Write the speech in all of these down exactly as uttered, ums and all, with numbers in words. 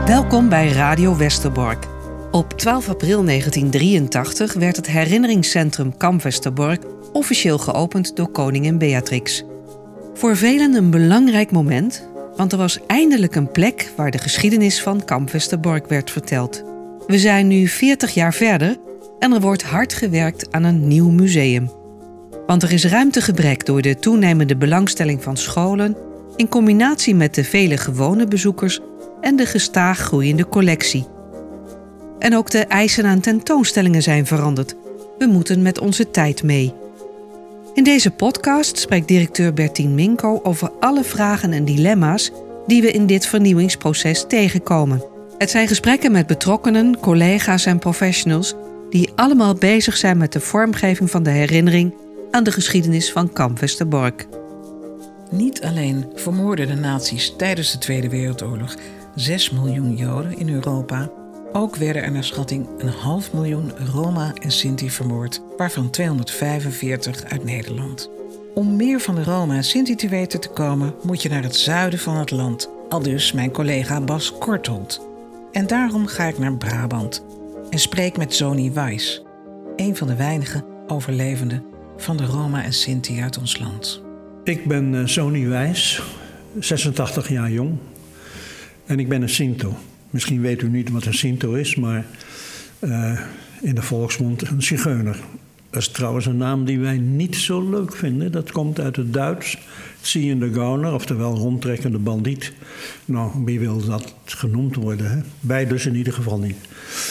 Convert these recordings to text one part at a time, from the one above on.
Welkom bij Radio Westerbork. Op twaalf april negentien drieëntachtig werd het herinneringscentrum Kamp Westerbork officieel geopend door koningin Beatrix. Voor velen een belangrijk moment, want er was eindelijk een plek waar de geschiedenis van Kamp Westerbork werd verteld. We zijn nu veertig jaar verder en er wordt hard gewerkt aan een nieuw museum. Want er is ruimtegebrek door de toenemende belangstelling van scholen in combinatie met de vele gewone bezoekers en de gestaag groeiende collectie. En ook de eisen aan tentoonstellingen zijn veranderd. We moeten met onze tijd mee. In deze podcast spreekt directeur Bertien Minko over alle vragen en dilemma's die we in dit vernieuwingsproces tegenkomen. Het zijn gesprekken met betrokkenen, collega's en professionals die allemaal bezig zijn met de vormgeving van de herinnering aan de geschiedenis van Kamp Westerbork. Niet alleen vermoorden de nazi's tijdens de Tweede Wereldoorlog zes miljoen Joden in Europa, ook werden er naar schatting een half miljoen Roma en Sinti vermoord, waarvan tweehonderdvijfenveertig uit Nederland. Om meer van de Roma en Sinti te weten te komen, moet je naar het zuiden van het land, aldus mijn collega Bas Kortholt. En daarom ga ik naar Brabant en spreek met Zoni Wijs, een van de weinige overlevenden van de Roma en Sinti uit ons land. Ik ben uh, Zoni Wijs, zesentachtig jaar jong en ik ben een Sinto. Misschien weet u niet wat een Sinto is, maar uh, in de volksmond een zigeuner. Dat is trouwens een naam die wij niet zo leuk vinden. Dat komt uit het Duits, ziende gauner, oftewel rondtrekkende bandiet. Nou, wie wil dat genoemd worden? Hè? Wij dus in ieder geval niet.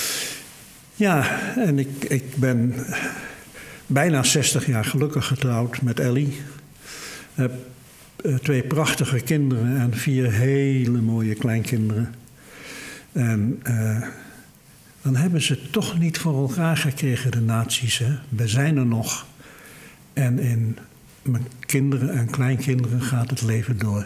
Ja, en ik, ik ben bijna zestig jaar gelukkig getrouwd met Ellie. Heb uh, twee prachtige kinderen en vier hele mooie kleinkinderen. En uh, dan hebben ze toch niet voor elkaar gekregen, de nazi's. Hè? We zijn er nog. En in mijn kinderen en kleinkinderen gaat het leven door.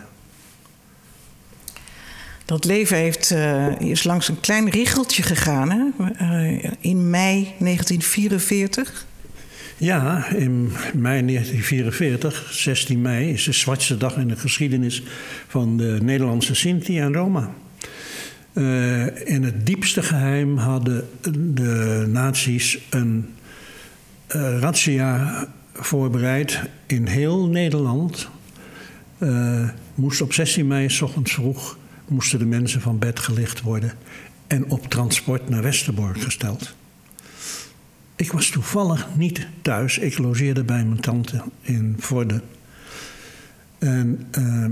Dat leven heeft, uh, is langs een klein richeltje gegaan, hè? Uh, in mei negentien vierenveertig. Ja, in mei negentien vierenveertig, zestien mei, is de zwartste dag in de geschiedenis van de Nederlandse Sinti en Roma. Uh, in het diepste geheim hadden de nazi's een uh, razzia voorbereid in heel Nederland. Uh, moest op zestien mei, 's ochtends vroeg, moesten de mensen van bed gelicht worden en op transport naar Westerbork gesteld. Ik was toevallig niet thuis. Ik logeerde bij mijn tante in Vorden. En uh,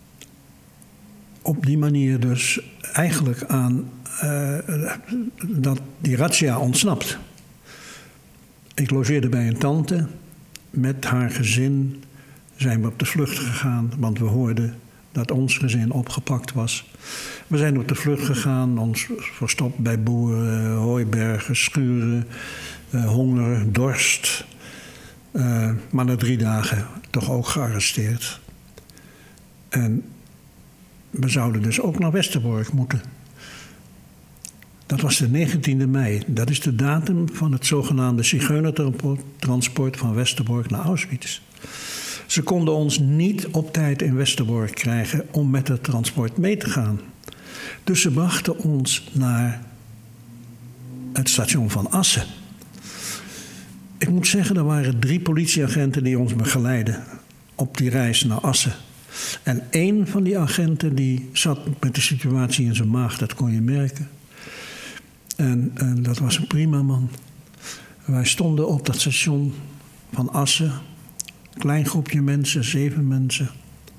op die manier dus eigenlijk aan uh, dat die razzia ontsnapt. Ik logeerde bij een tante. Met haar gezin zijn we op de vlucht gegaan, want we hoorden dat ons gezin opgepakt was. We zijn op de vlucht gegaan, ons verstopt bij boeren, hooibergen, schuren, uh, honger, dorst. Uh, maar na drie dagen toch ook gearresteerd. En we zouden dus ook naar Westerbork moeten. Dat was de negentiende mei. Dat is de datum van het zogenaamde zigeunertransport van Westerbork naar Auschwitz. Ze konden ons niet op tijd in Westerbork krijgen om met het transport mee te gaan. Dus ze brachten ons naar het station van Assen. Ik moet zeggen, er waren drie politieagenten die ons begeleidden op die reis naar Assen. En één van die agenten die zat met de situatie in zijn maag, dat kon je merken. En, en dat was een prima man. Wij stonden op dat station van Assen. Klein groepje mensen, zeven mensen.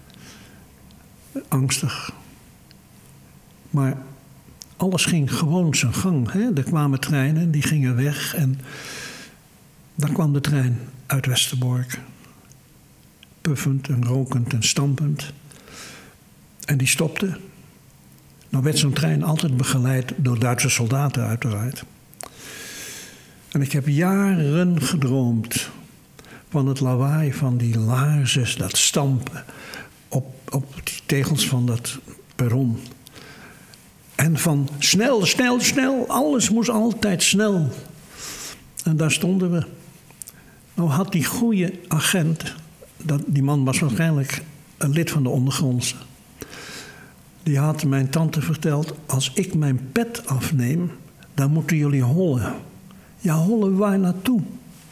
Angstig. Maar alles ging gewoon zijn gang. Hè? Er kwamen treinen, die gingen weg. En dan kwam de trein uit Westerbork. Puffend en rokend en stampend. En die stopte. Nou werd zo'n trein altijd begeleid door Duitse soldaten uiteraard. En ik heb jaren gedroomd van het lawaai van die laarzen, dat stampen op, op die tegels van dat perron. En van snel, snel, snel, alles moest altijd snel. En daar stonden we. Nou had die goede agent, dat, die man was waarschijnlijk een lid van de ondergrondse. Die had mijn tante verteld, als ik mijn pet afneem, dan moeten jullie hollen. Ja, hollen waar naartoe?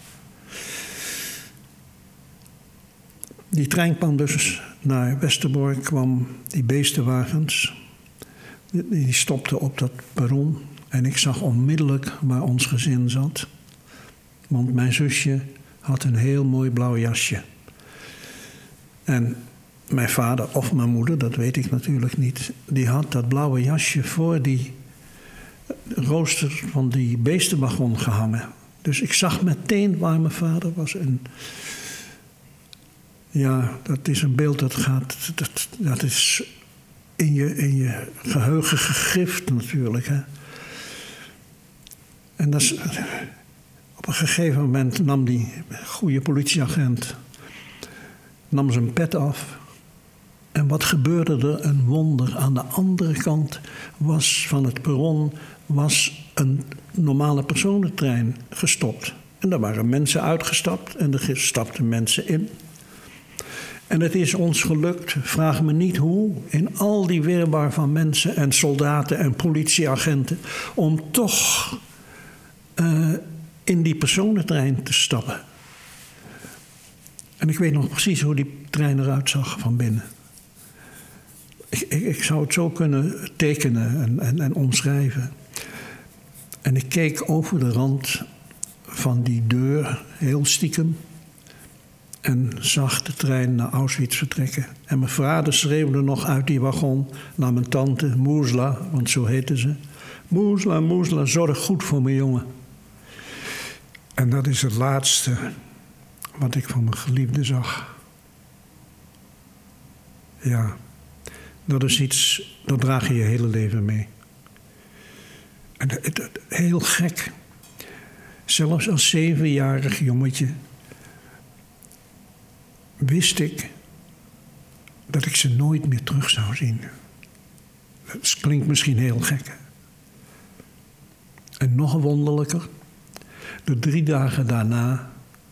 Die trein kwam dus naar Westerbork, kwam die beestenwagens. Die stopten op dat perron. En ik zag onmiddellijk waar ons gezin zat. Want mijn zusje had een heel mooi blauw jasje. En mijn vader of mijn moeder, dat weet ik natuurlijk niet, die had dat blauwe jasje voor die rooster van die beestenwagon gehangen. Dus ik zag meteen waar mijn vader was. En ja, dat is een beeld dat gaat, dat, dat is in je, in je geheugen gegrift natuurlijk. Hè. En dat is, op een gegeven moment nam die goede politieagent nam zijn pet af. En wat gebeurde er? Een wonder. Aan de andere kant was van het perron was een normale personentrein gestopt. En daar waren mensen uitgestapt en er stapten mensen in. En het is ons gelukt, vraag me niet hoe, in al die wirwar van mensen en soldaten en politieagenten, om toch uh, in die personentrein te stappen. En ik weet nog precies hoe die trein eruit zag van binnen. Ik, ik, ik zou het zo kunnen tekenen en, en, en omschrijven. En ik keek over de rand van die deur, heel stiekem, en zag de trein naar Auschwitz vertrekken. En mijn vader schreeuwde nog uit die wagon naar mijn tante, Moesla, want zo heette ze. Moesla, Moesla, zorg goed voor mijn jongen. En dat is het laatste wat ik van mijn geliefde zag. Ja, dat is iets, dat draag je je hele leven mee. En het, het, heel gek. Zelfs als zevenjarig jongetje wist ik dat ik ze nooit meer terug zou zien. Dat klinkt misschien heel gek. En nog wonderlijker, de drie dagen daarna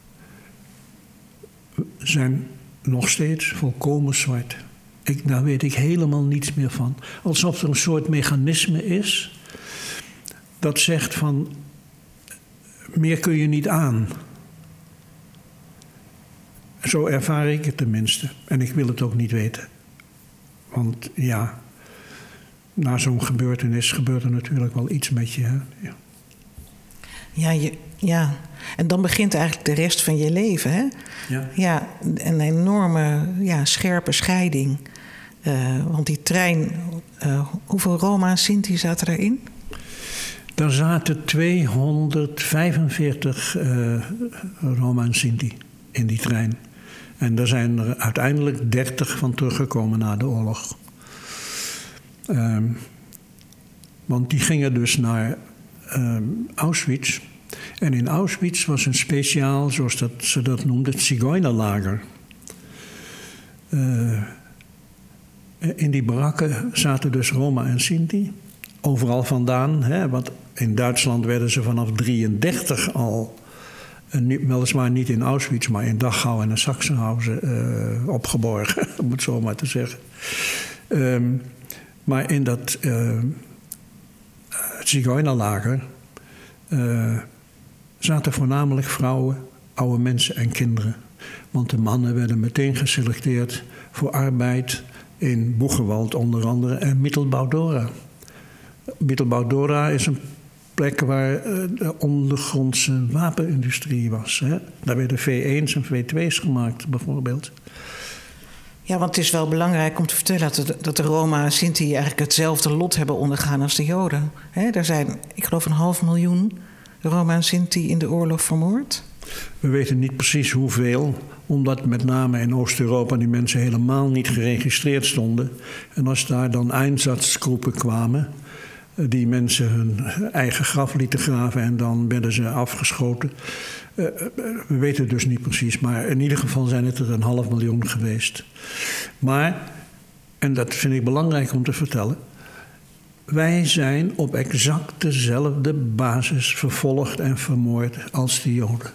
zijn nog steeds volkomen zwart. Ik, daar weet ik helemaal niets meer van. Alsof er een soort mechanisme is dat zegt van, meer kun je niet aan. Zo ervaar ik het tenminste. En ik wil het ook niet weten. Want ja, na zo'n gebeurtenis gebeurt er natuurlijk wel iets met je. Hè? Ja. Ja, je, ja, en dan begint eigenlijk de rest van je leven. Hè? Ja. Ja, een enorme, ja, scherpe scheiding. Uh, want die trein, uh, hoeveel Roma en Sinti zaten erin? Daar zaten tweehonderdvijfenveertig uh, Roma en Sinti in die trein. En daar zijn er uiteindelijk dertig van teruggekomen na de oorlog. Um, want die gingen dus naar um, Auschwitz. En in Auschwitz was een speciaal, zoals dat, ze dat noemden, het Zigeunerlager. Uh, in die barakken zaten dus Roma en Sinti. Overal vandaan, hè, want in Duitsland werden ze vanaf drieëndertig al, uh, weliswaar niet in Auschwitz, maar in Dachau en in Sachsenhausen uh, opgeborgen, om het zo maar te zeggen. Um, maar in dat uh, Zigeunerlager uh, zaten voornamelijk vrouwen, oude mensen en kinderen. Want de mannen werden meteen geselecteerd voor arbeid in Buchenwald onder andere en Mittelbau-Dora. Mittelbau-Dora is een plek waar de ondergrondse wapenindustrie was. Hè? Daar werden V ééns en V twee's gemaakt, bijvoorbeeld. Ja, want het is wel belangrijk om te vertellen dat de, dat de Roma en Sinti eigenlijk hetzelfde lot hebben ondergaan als de Joden. Hè? Er zijn, ik geloof, een half miljoen Roma en Sinti in de oorlog vermoord. We weten niet precies hoeveel, omdat met name in Oost-Europa die mensen helemaal niet geregistreerd stonden. En als daar dan Einsatzgroepen kwamen, die mensen hun eigen graf lieten graven en dan werden ze afgeschoten. Uh, we weten het dus niet precies, maar in ieder geval zijn het er een half miljoen geweest. Maar, en dat vind ik belangrijk om te vertellen, wij zijn op exact dezelfde basis vervolgd en vermoord als de Joden.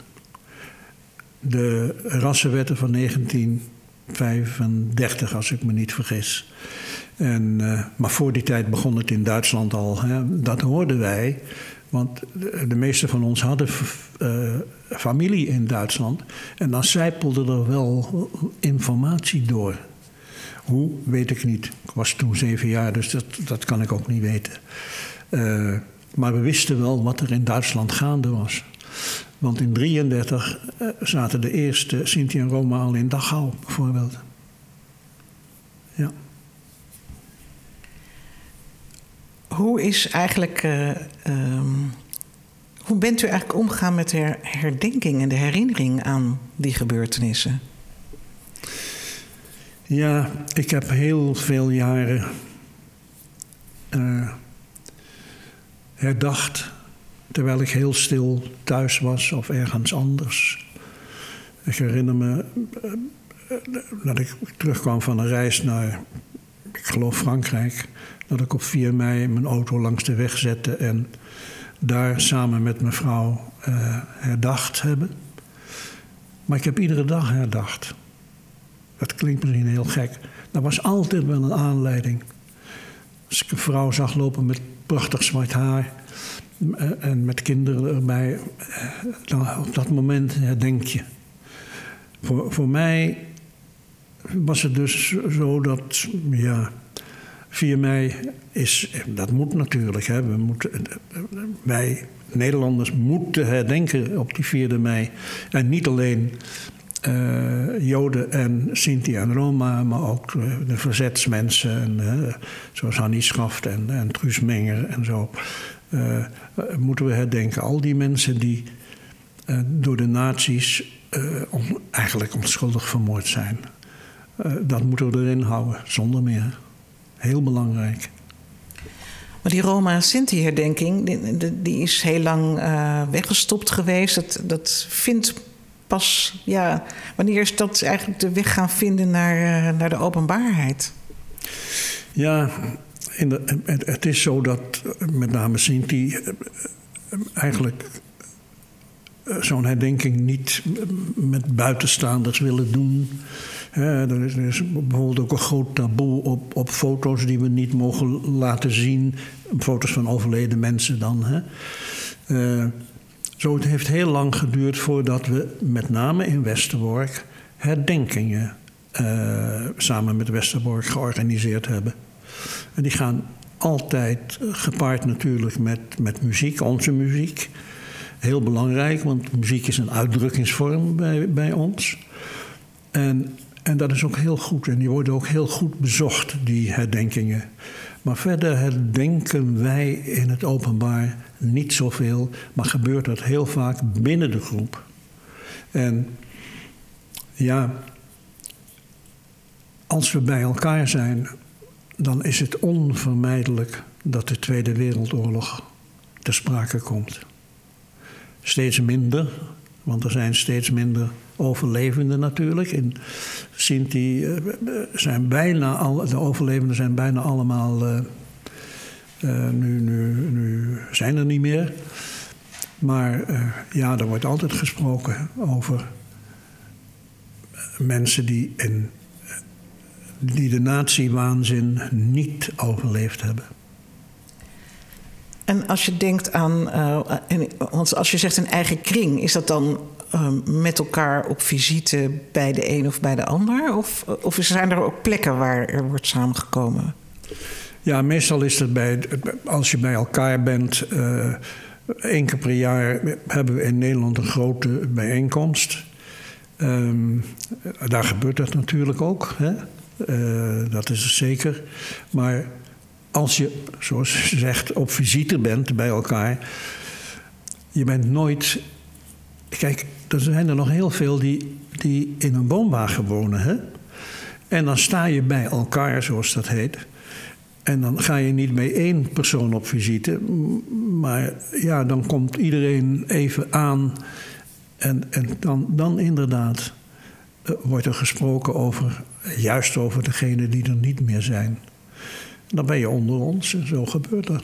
De rassenwetten van negentien vijfendertig, als ik me niet vergis. En, uh, maar voor die tijd begon het in Duitsland al. Hè. Dat hoorden wij. Want de, de meeste van ons hadden uh, familie in Duitsland. En dan sijpelde er wel informatie door. Hoe, weet ik niet. Ik was toen zeven jaar, dus dat, dat kan ik ook niet weten. Uh, maar we wisten wel wat er in Duitsland gaande was. Want in negentien drieëndertig uh, zaten de eerste Sinti en Roma al in Dachau, bijvoorbeeld. Ja. Hoe is eigenlijk... Uh, um, hoe bent u eigenlijk omgegaan met de herdenking en de herinnering aan die gebeurtenissen? Ja, ik heb heel veel jaren uh, herdacht, terwijl ik heel stil thuis was of ergens anders. Ik herinner me uh, dat ik terugkwam van een reis naar, ik geloof Frankrijk, dat ik op vier mei mijn auto langs de weg zette en daar samen met mijn vrouw uh, herdacht hebben. Maar ik heb iedere dag herdacht. Dat klinkt misschien heel gek. Er was altijd wel een aanleiding. Als ik een vrouw zag lopen met prachtig zwart haar en met kinderen erbij, dan op dat moment herdenk je. Voor, voor mij was het dus zo dat, ja, vier mei is, dat moet natuurlijk. Hè, we moeten, wij Nederlanders moeten herdenken op die vierde mei. En niet alleen Uh, Joden en Sinti en Roma, maar ook uh, de verzetsmensen, en, uh, zoals Hannie Schaft en, en Truus Menger en zo, uh, uh, moeten we herdenken. Al die mensen die uh, door de nazi's uh, on, eigenlijk onschuldig vermoord zijn. Uh, dat moeten we erin houden, zonder meer. Heel belangrijk. Maar die Roma-Sinti-herdenking, die, die is heel lang uh, weggestopt geweest. Dat, dat vindt pas, ja, wanneer is dat eigenlijk de weg gaan vinden naar, uh, naar de openbaarheid? Ja, in de, het, het is zo dat met name Sinti eigenlijk zo'n herdenking niet met buitenstaanders willen doen. Ja, er, is, er is bijvoorbeeld ook een groot taboe op, op foto's die we niet mogen laten zien. Foto's van overleden mensen dan. Hè. Uh, zo, het heeft heel lang geduurd voordat we met name in Westerbork herdenkingen uh, samen met Westerbork georganiseerd hebben. En die gaan altijd gepaard natuurlijk met, met muziek, onze muziek. Heel belangrijk, want muziek is een uitdrukkingsvorm bij, bij ons. En, en dat is ook heel goed. En die worden ook heel goed bezocht, die herdenkingen. Maar verder herdenken wij in het openbaar niet zoveel, maar gebeurt dat heel vaak binnen de groep. En ja, als we bij elkaar zijn, dan is het onvermijdelijk dat de Tweede Wereldoorlog ter sprake komt. Steeds minder, want er zijn steeds minder overlevenden natuurlijk. In Sinti zijn bijna al, de overlevenden zijn bijna allemaal, uh, uh, nu, nu, nu zijn er niet meer. Maar uh, ja, er wordt altijd gesproken over mensen die, in, die de nazi-waanzin niet overleefd hebben. En als je denkt aan, uh, en, want als je zegt een eigen kring, is dat dan uh, met elkaar op visite bij de een of bij de ander? Of, of zijn er ook plekken waar er wordt samengekomen? Ja, meestal is het bij, als je bij elkaar bent. Uh, één keer per jaar hebben we in Nederland een grote bijeenkomst. Um, daar gebeurt dat natuurlijk ook. Hè? Uh, dat is zeker. Maar als je, zoals je zegt, op visite bent bij elkaar, je bent nooit. Kijk, er zijn er nog heel veel die, die in een woonwagen wonen. Hè? En dan sta je bij elkaar, zoals dat heet. En dan ga je niet bij één persoon op visite. Maar ja, dan komt iedereen even aan. En, en dan, dan inderdaad uh, wordt er gesproken over, juist over degenen die er niet meer zijn. Dan ben je onder ons en zo gebeurt dat.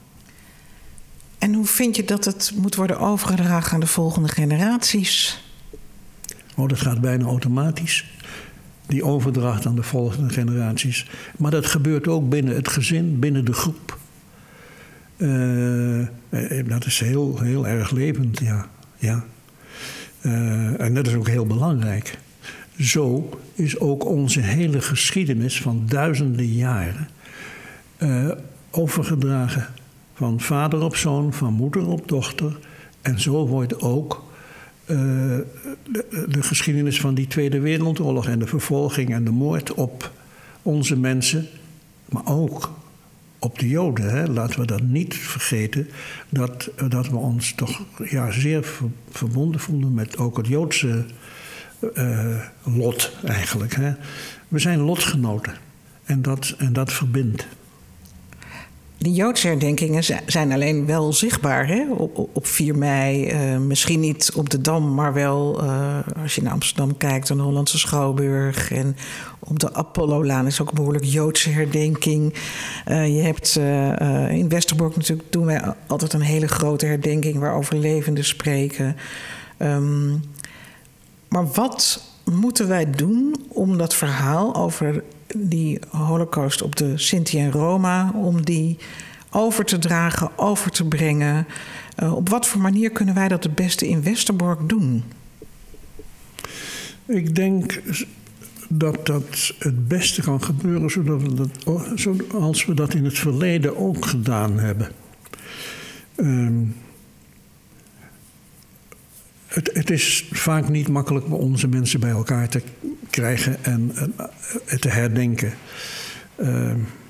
En hoe vind je dat het moet worden overgedragen aan de volgende generaties? Oh, dat gaat bijna automatisch. die overdracht aan de volgende generaties. Maar dat gebeurt ook binnen het gezin, binnen de groep. Uh, dat is heel, heel erg levend, ja. ja. Uh, en dat is ook heel belangrijk. Zo is ook onze hele geschiedenis van duizenden jaren uh, overgedragen. Van vader op zoon, van moeder op dochter. En zo wordt ook uh, de, de geschiedenis van die Tweede Wereldoorlog en de vervolging en de moord op onze mensen, maar ook op de Joden. Hè. Laten we dat niet vergeten, dat, dat we ons toch ja, zeer ver, verbonden voelden met ook het Joodse uh, lot eigenlijk. Hè. We zijn lotgenoten en dat, en dat verbindt. Die Joodse herdenkingen zijn alleen wel zichtbaar, hè? Op, op vier mei. Uh, misschien niet op de Dam, maar wel uh, als je naar Amsterdam kijkt, aan de Hollandse Schouwburg. En op de Apollo-laan is ook een behoorlijk Joodse herdenking. Uh, je hebt uh, uh, in Westerbork natuurlijk doen wij altijd een hele grote herdenking waar overlevenden spreken. Um, maar wat moeten wij doen om dat verhaal over die holocaust op de Sinti en Roma, om die over te dragen, over te brengen? Uh, op wat voor manier kunnen wij dat het beste in Westerbork doen? Ik denk dat dat het beste kan gebeuren zodat we dat, zoals we dat in het verleden ook gedaan hebben. Um, Het, het is vaak niet makkelijk om onze mensen bij elkaar te krijgen en, en, en te herdenken. Uh,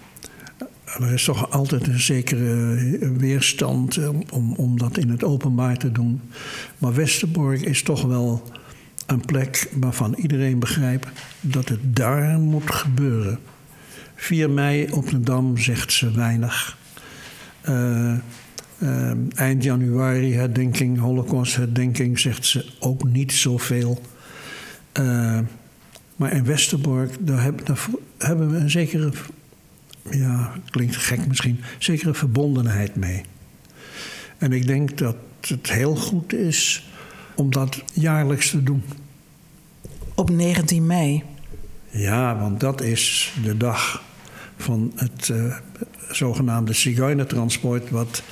er is toch altijd een zekere weerstand om, om dat in het openbaar te doen. Maar Westerbork is toch wel een plek waarvan iedereen begrijpt dat het daar moet gebeuren. vier mei op de Dam zegt ze weinig. Uh, Uh, eind januari herdenking, holocaustherdenking, zegt ze ook niet zoveel. Uh, maar in Westerbork, daar, heb, daar hebben we een zekere, ja, klinkt gek misschien, zekere verbondenheid mee. En ik denk dat het heel goed is om dat jaarlijks te doen. Op negentien mei? Ja, want dat is de dag van het uh, zogenaamde Zigeunertransport, wat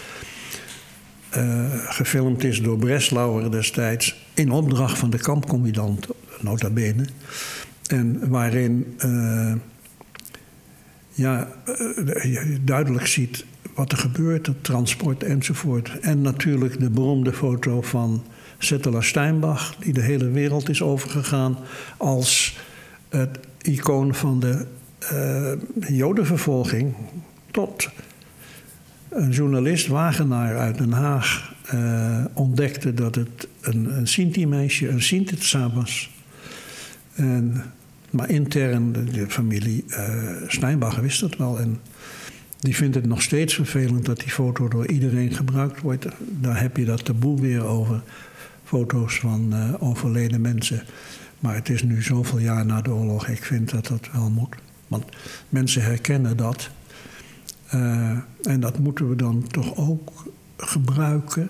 Uh, gefilmd is door Breslauer destijds in opdracht van de kampcommandant, nota bene. En waarin uh, ja, uh, je duidelijk ziet wat er gebeurt, het transport enzovoort. En natuurlijk de beroemde foto van Zettela Steinbach, die de hele wereld is overgegaan als het icoon van de uh, Jodenvervolging. Tot een journalist, Wagenaar uit Den Haag, uh, ontdekte dat het een, een Sinti-meisje, een Sinti-tsa was. En, maar intern, de, de familie uh, Steinbach wist dat wel. En die vindt het nog steeds vervelend dat die foto door iedereen gebruikt wordt. Daar heb je dat taboe weer over, foto's van uh, overleden mensen. Maar het is nu zoveel jaar na de oorlog, ik vind dat dat wel moet. Want mensen herkennen dat. Uh, en dat moeten we dan toch ook gebruiken,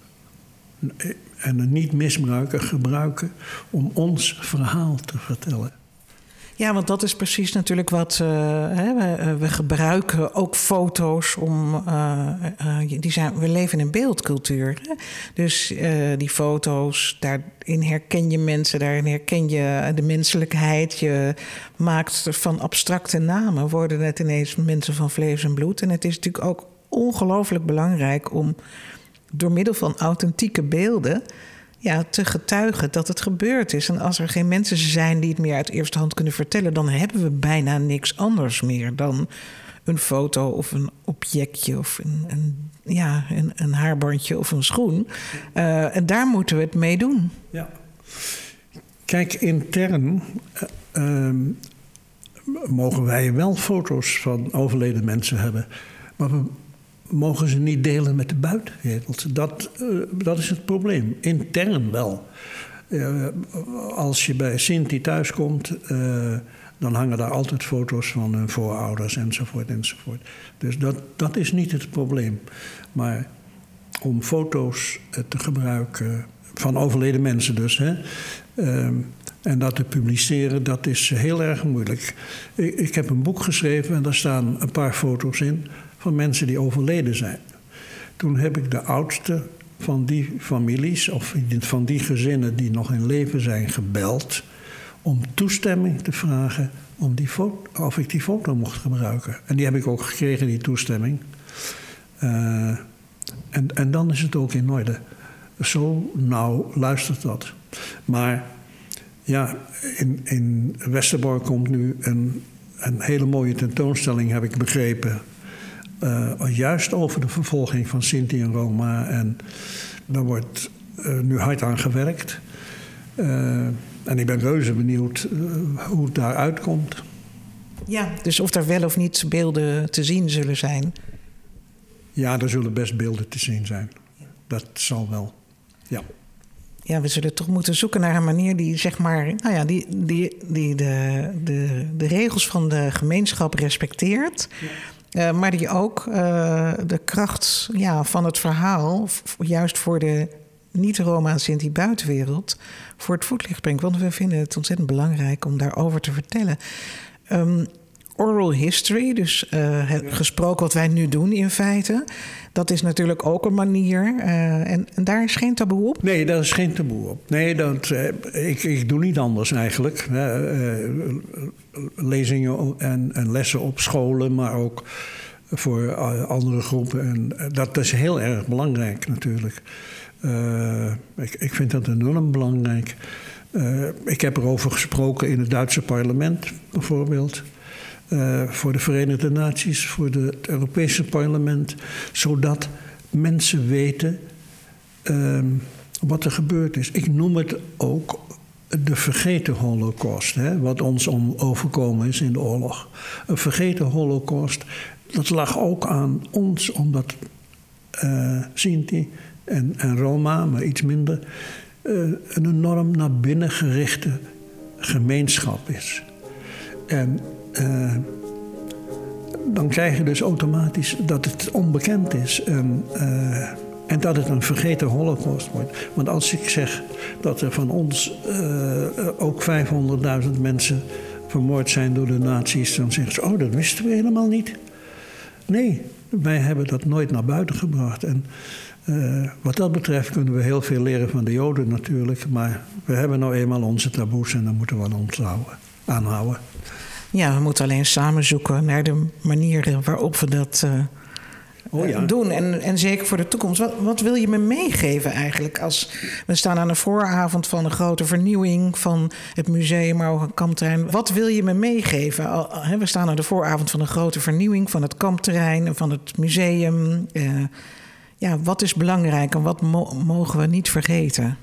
en niet misbruiken, gebruiken om ons verhaal te vertellen. Ja, want dat is precies natuurlijk wat uh, hè, we, we gebruiken ook foto's om. Uh, uh, die zijn, we leven in een beeldcultuur. Hè? Dus uh, die foto's, daarin herken je mensen, daarin herken je de menselijkheid. Je maakt van abstracte namen, worden het ineens mensen van vlees en bloed. En het is natuurlijk ook ongelooflijk belangrijk om door middel van authentieke beelden, ja, te getuigen dat het gebeurd is. En als er geen mensen zijn die het meer uit eerste hand kunnen vertellen, dan hebben we bijna niks anders meer dan een foto of een objectje of een, een, ja, een, een haarbandje of een schoen. Uh, en daar moeten we het mee doen. Ja. Kijk, intern uh, uh, mogen wij wel foto's van overleden mensen hebben, maar we mogen ze niet delen met de buitenwereld. Dat, uh, dat is het probleem. Intern wel. Uh, als je bij Sinti thuiskomt, uh, dan hangen daar altijd foto's van hun voorouders enzovoort enzovoort. Dus dat, dat is niet het probleem. Maar om foto's uh, te gebruiken van overleden mensen dus, hè, uh, En dat te publiceren, dat is heel erg moeilijk. Ik, ik heb een boek geschreven en daar staan een paar foto's in van mensen die overleden zijn. Toen heb ik de oudste van die families of van die gezinnen die nog in leven zijn gebeld om toestemming te vragen om die foto, of ik die foto mocht gebruiken. En die heb ik ook gekregen, die toestemming. Uh, en, en dan is het ook in orde. Zo nauw luistert dat. Maar ja, in, in Westerbork komt nu een, een hele mooie tentoonstelling, heb ik begrepen. Uh, juist over de vervolging van Sinti en Roma. En daar wordt uh, nu hard aan gewerkt. Uh, en ik ben reuze benieuwd uh, hoe het daar uitkomt. Ja, dus of er wel of niet beelden te zien zullen zijn? Ja, er zullen best beelden te zien zijn. Dat zal wel, ja. Ja, we zullen toch moeten zoeken naar een manier die, zeg maar, nou ja, die, die, die de, de, de regels van de gemeenschap respecteert. Ja. Uh, maar die ook uh, de kracht ja, van het verhaal, f- juist voor de niet-Roma en Sinti buitenwereld, voor het voetlicht brengt. Want we vinden het ontzettend belangrijk om daarover te vertellen. Um, Oral history, dus uh, het gesproken wat wij nu doen in feite, dat is natuurlijk ook een manier. Uh, en, en daar is geen taboe op? Nee, daar is geen taboe op. Nee, dat, uh, ik, ik doe niet anders eigenlijk. Uh, uh, lezingen en, en lessen op scholen, maar ook voor uh, andere groepen. En uh, dat is heel erg belangrijk natuurlijk. Uh, ik, ik vind dat enorm belangrijk. Uh, ik heb erover gesproken in het Duitse parlement bijvoorbeeld. Uh, voor de Verenigde Naties, voor de, het Europese parlement. Zodat mensen weten uh, wat er gebeurd is. Ik noem het ook de vergeten holocaust. Hè, wat ons om overkomen is in de oorlog. Een vergeten holocaust. Dat lag ook aan ons, omdat uh, Sinti en, en Roma, maar iets minder, uh, een enorm naar binnen gerichte gemeenschap is. En uh, dan krijg je dus automatisch dat het onbekend is en, uh, en dat het een vergeten holocaust wordt. Want als ik zeg dat er van ons uh, ook vijfhonderdduizend mensen vermoord zijn door de nazi's, dan zeggen ze, oh, dat wisten we helemaal niet. Nee, wij hebben dat nooit naar buiten gebracht. En uh, wat dat betreft kunnen we heel veel leren van de Joden natuurlijk, maar we hebben nou eenmaal onze taboes en daar moeten we ons houden, aanhouden. Ja, we moeten alleen samen zoeken naar de manieren waarop we dat uh, oh ja. doen. En, en zeker voor de toekomst. Wat, wat wil je me meegeven eigenlijk? Als we staan aan de vooravond van een grote vernieuwing van het museum, maar ook een kampterrein. Wat wil je me meegeven? Al, he, we staan aan de vooravond van een grote vernieuwing van het kampterrein en van het museum. Uh, ja, wat is belangrijk en wat mo- mogen we niet vergeten?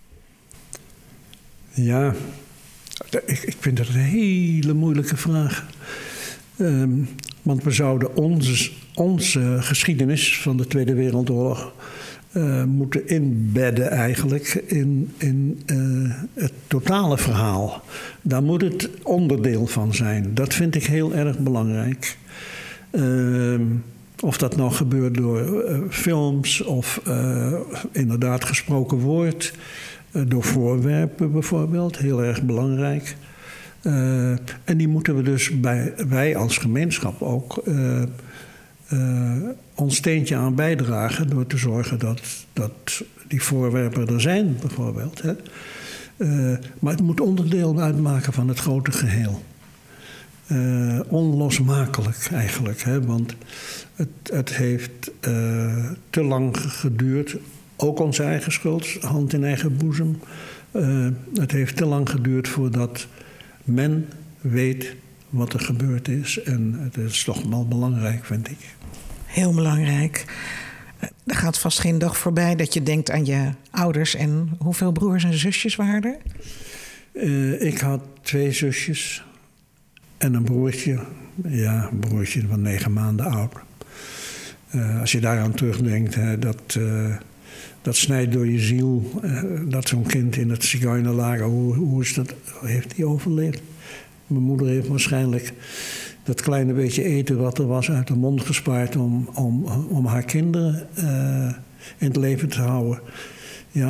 Ja... Ik, ik vind dat een hele moeilijke vraag. Um, want we zouden onze, onze geschiedenis van de Tweede Wereldoorlog uh, moeten inbedden eigenlijk in, in uh, het totale verhaal. Daar moet het onderdeel van zijn. Dat vind ik heel erg belangrijk. Uh, of dat nou gebeurt door uh, films of uh, inderdaad gesproken woord. Door voorwerpen bijvoorbeeld, heel erg belangrijk. Uh, en die moeten we dus bij, wij als gemeenschap ook uh, uh, ons steentje aan bijdragen door te zorgen dat, dat die voorwerpen er zijn, bijvoorbeeld. Hè. Uh, maar het moet onderdeel uitmaken van het grote geheel. Uh, onlosmakelijk eigenlijk, hè, want het, het heeft uh, te lang geduurd. Ook onze eigen schuld, hand in eigen boezem. Uh, het heeft te lang geduurd voordat men weet wat er gebeurd is. En het is toch wel belangrijk, vind ik. Heel belangrijk. Er gaat vast geen dag voorbij dat je denkt aan je ouders. En hoeveel broers en zusjes waren er? Uh, ik had twee zusjes en een broertje. Ja, een broertje van negen maanden oud. Uh, als je daaraan terugdenkt, hè, dat... Uh, Dat snijdt door je ziel, uh, dat zo'n kind in het zigeunerlager, hoe, hoe is dat, heeft hij overleefd? Mijn moeder heeft waarschijnlijk dat kleine beetje eten wat er was uit de mond gespaard om, om, om haar kinderen uh, in het leven te houden. Ja,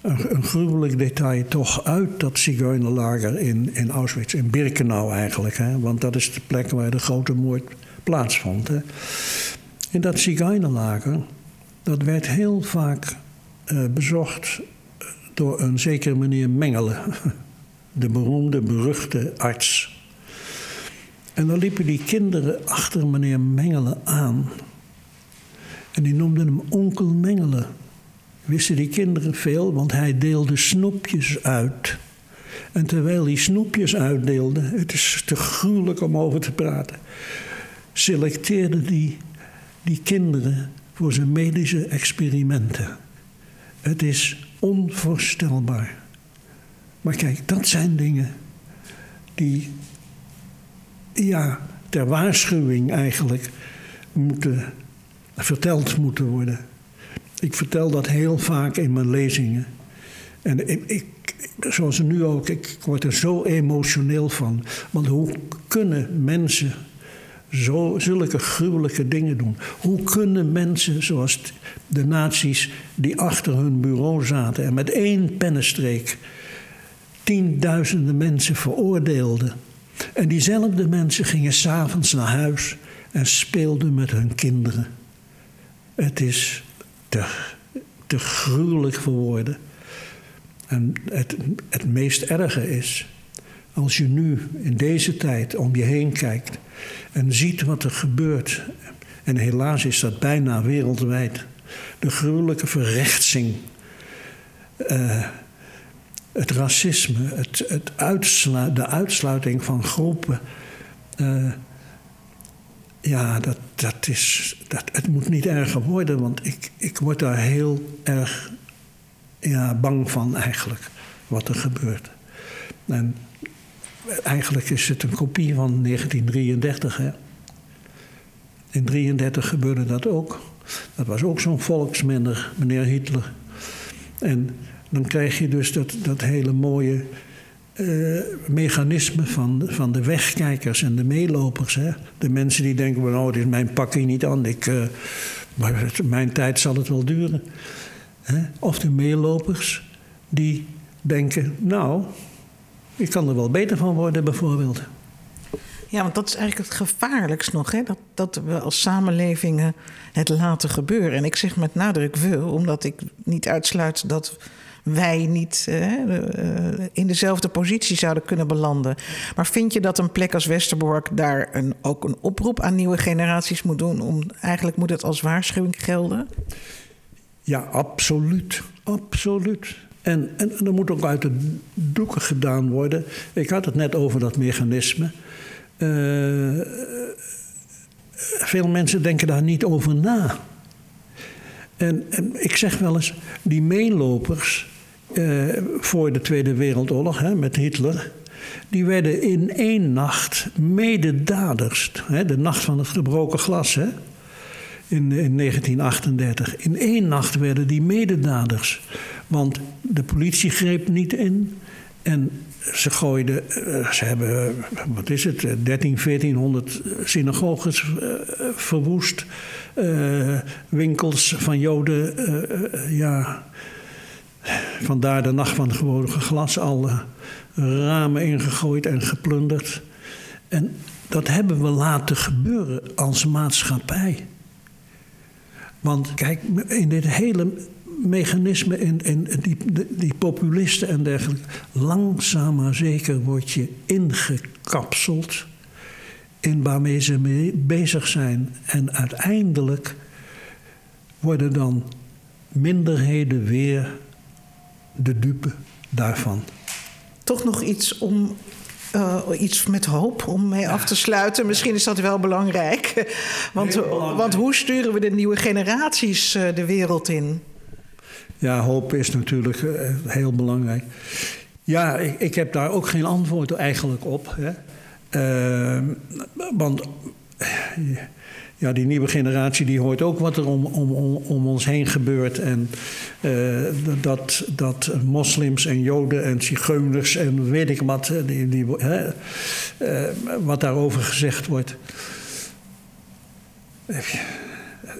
een, een gruwelijk detail toch uit dat zigeunerlager in, in Auschwitz, in Birkenau eigenlijk. Hè? Want dat is de plek waar de grote moord plaatsvond. Hè? In dat zigeunerlager, dat werd heel vaak uh, bezocht door een zekere meneer Mengele. De beroemde, beruchte arts. En dan liepen die kinderen achter meneer Mengele aan. En die noemden hem onkel Mengele. Wisten die kinderen veel, want hij deelde snoepjes uit. En terwijl hij snoepjes uitdeelde, het is te gruwelijk om over te praten, selecteerde hij die kinderen voor zijn medische experimenten. Het is onvoorstelbaar. Maar kijk, dat zijn dingen die, ja, ter waarschuwing eigenlijk moeten, verteld moeten worden. Ik vertel dat heel vaak in mijn lezingen. En ik, ik, zoals nu ook, ik, ik word er zo emotioneel van. Want hoe kunnen mensen zo, zulke gruwelijke dingen doen? Hoe kunnen mensen zoals de nazi's die achter hun bureau zaten en met één pennenstreek tienduizenden mensen veroordeelden. En diezelfde mensen gingen 's avonds naar huis en speelden met hun kinderen. Het is te, te gruwelijk voor woorden. En het, het meest erge is, als je nu in deze tijd om je heen kijkt en ziet wat er gebeurt, en helaas is dat bijna wereldwijd, de gruwelijke verrechtsing, uh, het racisme, het, het uitslu- de uitsluiting van groepen. Uh, ja, dat, dat is, dat, het moet niet erger worden, want ik, ik word daar heel erg ja, bang van eigenlijk, wat er gebeurt. En eigenlijk is het een kopie van negentien drieëndertig. Hè? In drieëndertig gebeurde dat ook. Dat was ook zo'n volksmenner, meneer Hitler. En dan krijg je dus dat, dat hele mooie uh, mechanisme van, van de wegkijkers en de meelopers. Hè? De mensen die denken, nou, dit is mijn pakje niet aan. Ik, uh, maar het, mijn tijd zal het wel duren. Hè? Of de meelopers die denken, nou, ik kan er wel beter van worden bijvoorbeeld. Ja, want dat is eigenlijk het gevaarlijkst nog, hè? Dat, dat we als samenlevingen het laten gebeuren. En ik zeg met nadruk we, omdat ik niet uitsluit dat wij niet uh, uh, in dezelfde positie zouden kunnen belanden. Maar vind je dat een plek als Westerbork daar een, ook een oproep aan nieuwe generaties moet doen? Om, eigenlijk moet het als waarschuwing gelden? Ja, absoluut. Absoluut. En, en, en er moet ook uit de doeken gedaan worden. Ik had het net over dat mechanisme. Uh, veel mensen denken daar niet over na. En, en ik zeg wel eens, die meelopers uh, voor de Tweede Wereldoorlog, hè, met Hitler, die werden in één nacht mededaders. Hè, de nacht van het gebroken glas, hè, in, in negentien achtendertig. In één nacht werden die mededaders. Want de politie greep niet in. En ze gooiden, ze hebben, wat is het, dertien, veertienhonderd synagoges verwoest. Uh, winkels van Joden, uh, ja. Vandaar de nacht van het gebroken glas, alle ramen ingegooid en geplunderd. En dat hebben we laten gebeuren als maatschappij. Want kijk, in dit hele mechanisme, in, in die, die populisten en dergelijke, langzaam maar zeker word je ingekapseld in waarmee ze mee bezig zijn. En uiteindelijk worden dan minderheden weer de dupe daarvan. Toch nog iets om uh, iets met hoop om mee ja. af te sluiten. Misschien is dat wel belangrijk. Want, belangrijk. want hoe sturen we de nieuwe generaties uh, de wereld in? Ja, hoop is natuurlijk uh, heel belangrijk. Ja, ik, ik heb daar ook geen antwoord eigenlijk op. Hè. Uh, want ja, die nieuwe generatie die hoort ook wat er om, om, om ons heen gebeurt. En uh, dat, dat moslims en joden en zigeuners en weet ik wat, die, die, hè, uh, wat daarover gezegd wordt.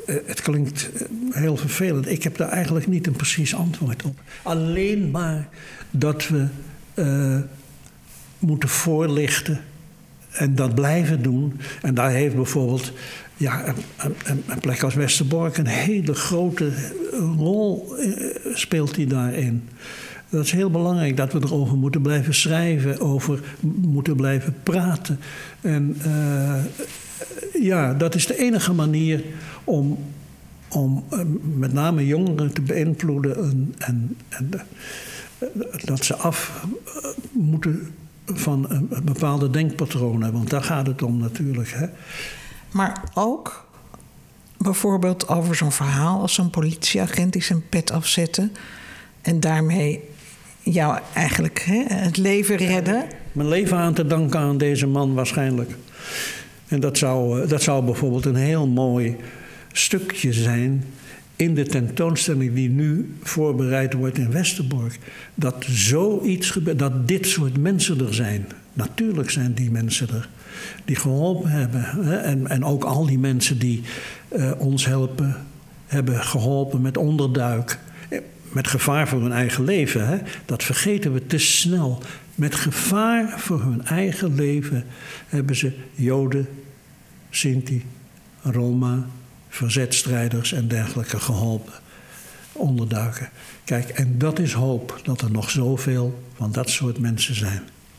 het klinkt heel vervelend. Ik heb daar eigenlijk niet een precies antwoord op. Alleen maar dat we uh, moeten voorlichten en dat blijven doen. En daar heeft bijvoorbeeld ja, een, een, een plek als Westerbork een hele grote rol uh, speelt die daarin. Dat is heel belangrijk dat we erover moeten blijven schrijven, over moeten blijven praten. En uh, ja, dat is de enige manier om, om uh, met name jongeren te beïnvloeden en, en, en uh, dat ze af uh, moeten van een, een bepaalde denkpatronen. Want daar gaat het om natuurlijk. Hè. Maar ook bijvoorbeeld over zo'n verhaal als zo'n politieagent die zijn pet afzette en daarmee jou eigenlijk hè, het leven redden. Mijn leven aan te danken aan deze man waarschijnlijk. En dat zou, dat zou bijvoorbeeld een heel mooi stukje zijn in de tentoonstelling die nu voorbereid wordt in Westerbork. Dat zoiets gebeurt, dat dit soort mensen er zijn. Natuurlijk zijn die mensen er die geholpen hebben. Hè? En, en ook al die mensen die uh, ons helpen, hebben geholpen met onderduik. Met gevaar voor hun eigen leven. Hè? Dat vergeten we te snel. Met gevaar voor hun eigen leven hebben ze Joden, Sinti, Roma, verzetstrijders en dergelijke geholpen. Onderduiken. Kijk, en dat is hoop, dat er nog zoveel van dat soort mensen zijn.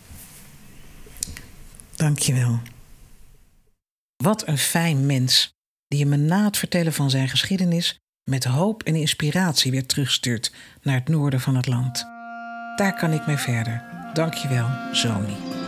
Dank je wel. Wat een fijn mens die je me na het vertellen van zijn geschiedenis met hoop en inspiratie weer terugstuurt naar het noorden van het land. Daar kan ik mee verder. Dank je wel, Zoni.